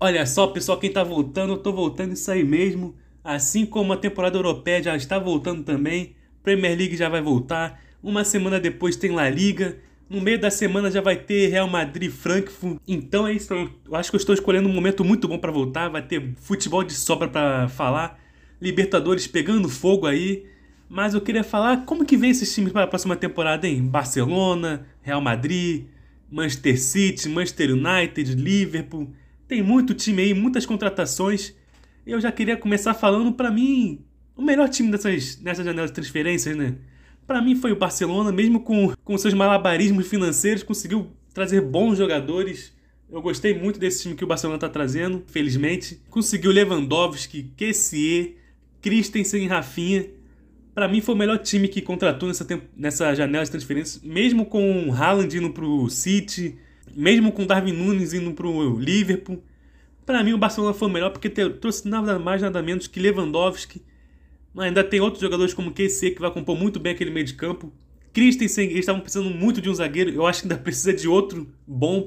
Olha só, pessoal, quem tá voltando, eu tô voltando isso aí mesmo. Assim como a temporada europeia já está voltando também, Premier League já vai voltar. Uma semana depois tem La Liga. No meio da semana já vai ter Real Madrid e Frankfurt. Então é isso, eu acho que eu estou escolhendo um momento muito bom pra voltar. Vai ter futebol de sobra pra falar. Libertadores pegando fogo aí. Mas eu queria falar como que vem esses times para a próxima temporada, hein? Barcelona, Real Madrid, Manchester City, Manchester United, Liverpool. Tem muito time aí, muitas contratações. Eu já queria começar falando, pra mim, o melhor time nessa janela de transferências, né? Pra mim foi o Barcelona, mesmo com seus malabarismos financeiros, conseguiu trazer bons jogadores. Eu gostei muito desse time que o Barcelona tá trazendo, felizmente. Conseguiu Lewandowski, Kessié, Christensen e Rafinha. Pra mim foi o melhor time que contratou nessa janela de transferências, mesmo com o Haaland indo pro City, mesmo com o Darwin Núñez indo pro Liverpool. Pra mim o Barcelona foi o melhor porque trouxe nada mais nada menos que Lewandowski. Ainda tem outros jogadores como QC que vai compor muito bem aquele meio de campo. Christensen, eles estavam precisando muito de um zagueiro. Eu acho que ainda precisa de outro bom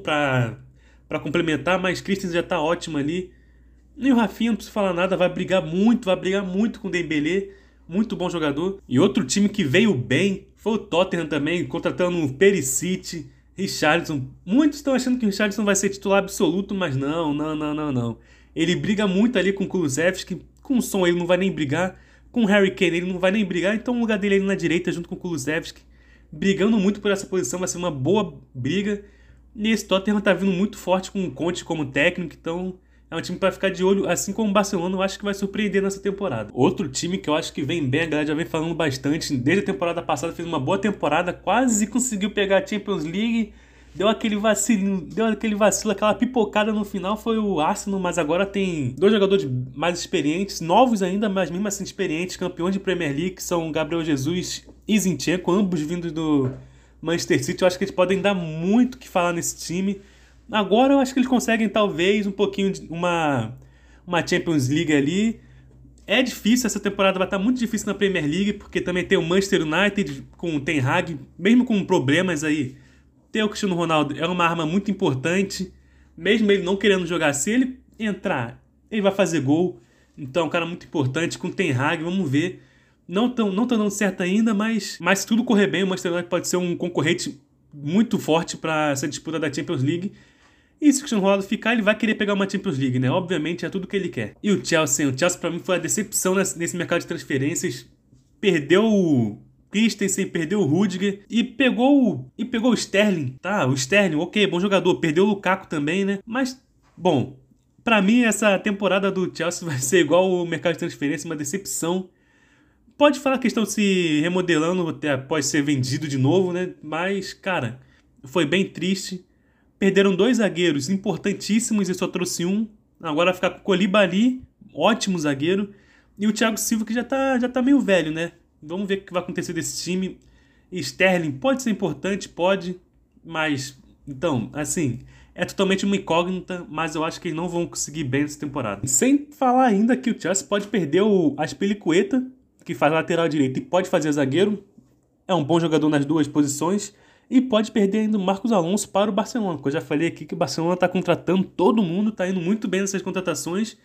pra complementar, mas Christensen já tá ótimo ali. E o Rafinha, não preciso falar nada, vai brigar muito com o Dembélé. Muito bom jogador. E outro time que veio bem foi o Tottenham também, contratando o Perisic, Richarlison. Muitos estão achando que o Richarlison vai ser titular absoluto, mas não. Ele briga muito ali com o Kulusevski. Com o Son ele não vai nem brigar. Com o Harry Kane ele não vai nem brigar. Então o lugar dele é ali na direita junto com o Kulusevski. Brigando muito por essa posição, vai ser uma boa briga. E esse Tottenham tá vindo muito forte com o Conte como técnico, então é um time para ficar de olho, assim como o Barcelona, eu acho que vai surpreender nessa temporada. Outro time que eu acho que vem bem, a galera já vem falando bastante, desde a temporada passada fez uma boa temporada, quase conseguiu pegar a Champions League, deu aquele vacilo, aquela pipocada no final, foi o Arsenal, mas agora tem dois jogadores mais experientes, novos ainda, mas mesmo assim experientes, campeões de Premier League, que são Gabriel Jesus e Zinchenko, ambos vindos do Manchester City. Eu acho que eles podem dar muito o que falar nesse time. Agora eu acho que eles conseguem talvez um pouquinho de uma Champions League ali. É difícil, essa temporada vai estar muito difícil na Premier League, porque também tem o Manchester United com o Ten Hag, mesmo com problemas aí. Ter o Cristiano Ronaldo é uma arma muito importante, mesmo ele não querendo jogar, se ele entrar, ele vai fazer gol. Então é um cara muito importante com o Ten Hag, vamos ver. Não tão dando certo ainda, mas se tudo correr bem, o Manchester United pode ser um concorrente muito forte para essa disputa da Champions League. E se o Cristiano Ronaldo ficar, ele vai querer pegar uma Champions League, né? Obviamente é tudo que ele quer. E o Chelsea pra mim foi a decepção nesse mercado de transferências. Perdeu o Christensen, perdeu o Rudiger e pegou o Sterling, tá? O Sterling, ok, bom jogador. Perdeu o Lukaku também, né? Mas, bom, pra mim essa temporada do Chelsea vai ser igual o mercado de transferência, uma decepção. Pode falar que estão se remodelando até após ser vendido de novo, né? Mas, cara, foi bem triste. Perderam dois zagueiros importantíssimos e só trouxe um. Agora vai ficar com o Koulibaly, ótimo zagueiro. E o Thiago Silva, que já tá meio velho, né? Vamos ver o que vai acontecer desse time. Sterling pode ser importante, pode. Mas, então, assim, é totalmente uma incógnita. Mas eu acho que eles não vão conseguir bem essa temporada. Sem falar ainda que o Chelsea pode perder o Azpilicueta, que faz lateral direito e pode fazer zagueiro. É um bom jogador nas duas posições. E pode perder ainda o Marcos Alonso para o Barcelona, porque eu já falei aqui que o Barcelona está contratando todo mundo, está indo muito bem nessas contratações,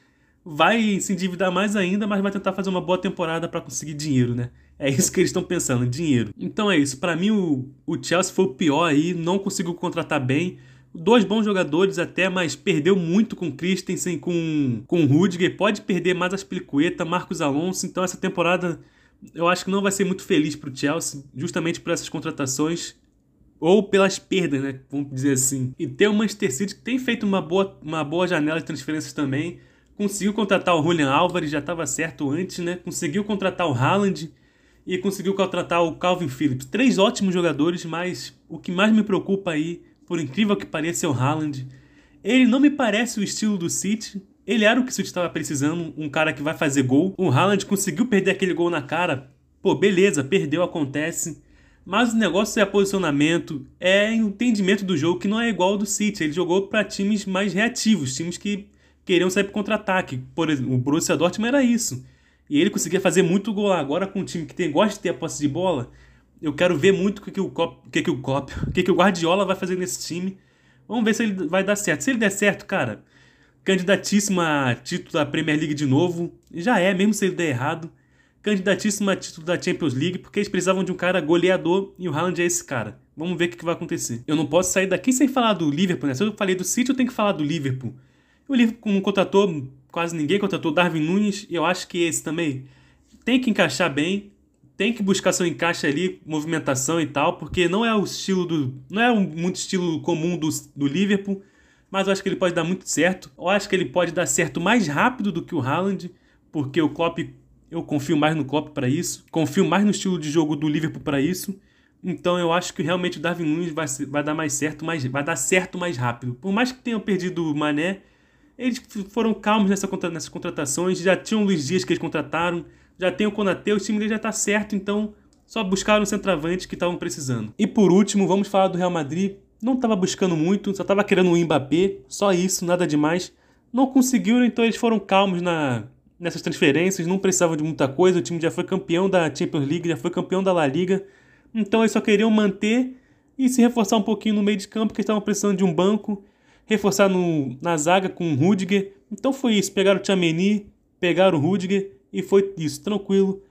vai se endividar mais ainda, mas vai tentar fazer uma boa temporada para conseguir dinheiro, né? É isso que eles estão pensando, dinheiro. Então é isso, para mim o Chelsea foi o pior aí, não conseguiu contratar bem, dois bons jogadores até, mas perdeu muito com Christensen, com o Rudiger, pode perder mais Azpilicueta, Marcos Alonso, então essa temporada eu acho que não vai ser muito feliz para o Chelsea, justamente por essas contratações, ou pelas perdas, né? Vamos dizer assim. E tem o Manchester City que tem feito uma boa janela de transferências também. Conseguiu contratar o Julian Álvares, já estava certo antes, né? Conseguiu contratar o Haaland e conseguiu contratar o Calvin Phillips. Três ótimos jogadores, mas o que mais me preocupa aí, por incrível que pareça, é o Haaland. Ele não me parece o estilo do City. Ele era o que o City estava precisando, um cara que vai fazer gol. O Haaland conseguiu perder aquele gol na cara. Pô, beleza, perdeu, acontece. Mas o negócio é posicionamento, é entendimento do jogo que não é igual ao do City. Ele jogou para times mais reativos, times que queriam sair para contra-ataque. Por exemplo, o Borussia Dortmund era isso. E ele conseguia fazer muito gol lá. Agora com um time que gosta de ter a posse de bola, eu quero ver muito o que o Guardiola vai fazer nesse time. Vamos ver se ele vai dar certo. Se ele der certo, cara, Candidatíssimo a título da Premier League de novo. Já é, mesmo se ele der errado. Candidatíssimo a título da Champions League, porque eles precisavam de um cara goleador e o Haaland é esse cara. Vamos ver o que vai acontecer. Eu não posso sair daqui sem falar do Liverpool, né? Se eu falei do City, eu tenho que falar do Liverpool. O Liverpool não contratou quase ninguém, contratou Darwin Núñez, e eu acho que esse também tem que encaixar bem, tem que buscar seu encaixe ali, movimentação e tal, porque não é o estilo não é muito estilo comum do Liverpool, mas eu acho que ele pode dar muito certo. Eu acho que ele pode dar certo mais rápido do que o Haaland, porque o Klopp, eu confio mais no Klopp para isso, confio mais no estilo de jogo do Liverpool para isso. Então eu acho que realmente o Darwin Núñez vai dar mais certo, vai dar certo mais rápido. Por mais que tenham perdido o Mané, eles foram calmos nessas contratações, já tinham o Luiz Dias que eles contrataram, já tem o Konaté, o time dele já está certo, então só buscaram o centroavante que estavam precisando. E por último, vamos falar do Real Madrid. Não estava buscando muito, só estava querendo o Mbappé, só isso, nada demais. Não conseguiram, então eles foram calmos nessas transferências, não precisavam de muita coisa, o time já foi campeão da Champions League, já foi campeão da La Liga, então eles só queriam manter e se reforçar um pouquinho no meio de campo, porque estavam precisando de um banco, reforçar na zaga com o Rudiger. Então foi isso, pegaram o Tchouaméni, pegaram o Rudiger e foi isso, tranquilo,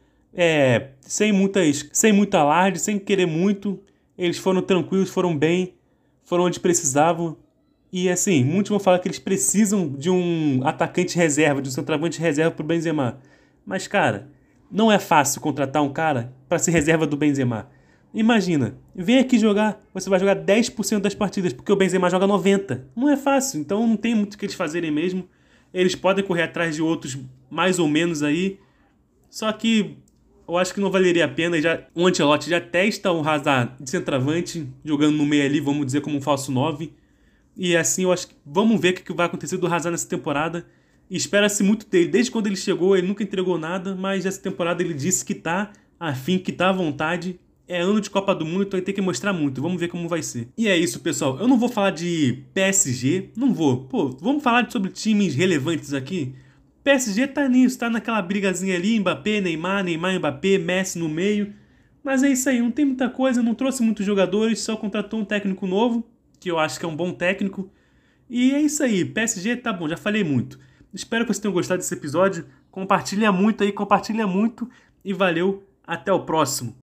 sem muito alarde, sem querer muito. Eles foram tranquilos, foram bem, foram onde precisavam. E assim, muitos vão falar que eles precisam de um atacante reserva, de um centroavante reserva pro Benzema. Mas cara, não é fácil contratar um cara para ser reserva do Benzema. Imagina, vem aqui jogar, você vai jogar 10% das partidas, porque o Benzema joga 90%. Não é fácil, então não tem muito o que eles fazerem mesmo. Eles podem correr atrás de outros mais ou menos aí, só que eu acho que não valeria a pena. O Ancelotti já testa o Hazard de centroavante, jogando no meio ali, vamos dizer, como um falso 9. E assim, eu acho que vamos ver o que vai acontecer do Hazard nessa temporada. E espera-se muito dele. Desde quando ele chegou, ele nunca entregou nada, mas essa temporada ele disse que tá afim, que tá à vontade. É ano de Copa do Mundo, então ele tem que mostrar muito. Vamos ver como vai ser. E é isso, pessoal. Eu não vou falar de PSG, não vou. Pô, vamos falar sobre times relevantes aqui. PSG tá nisso, tá naquela brigazinha ali, Mbappé, Neymar, Mbappé, Messi no meio. Mas é isso aí, não tem muita coisa, não trouxe muitos jogadores, só contratou um técnico novo, que eu acho que é um bom técnico. E é isso aí, PSG tá bom, já falei muito. Espero que vocês tenham gostado desse episódio. Compartilha muito aí, compartilha muito. E valeu, até o próximo.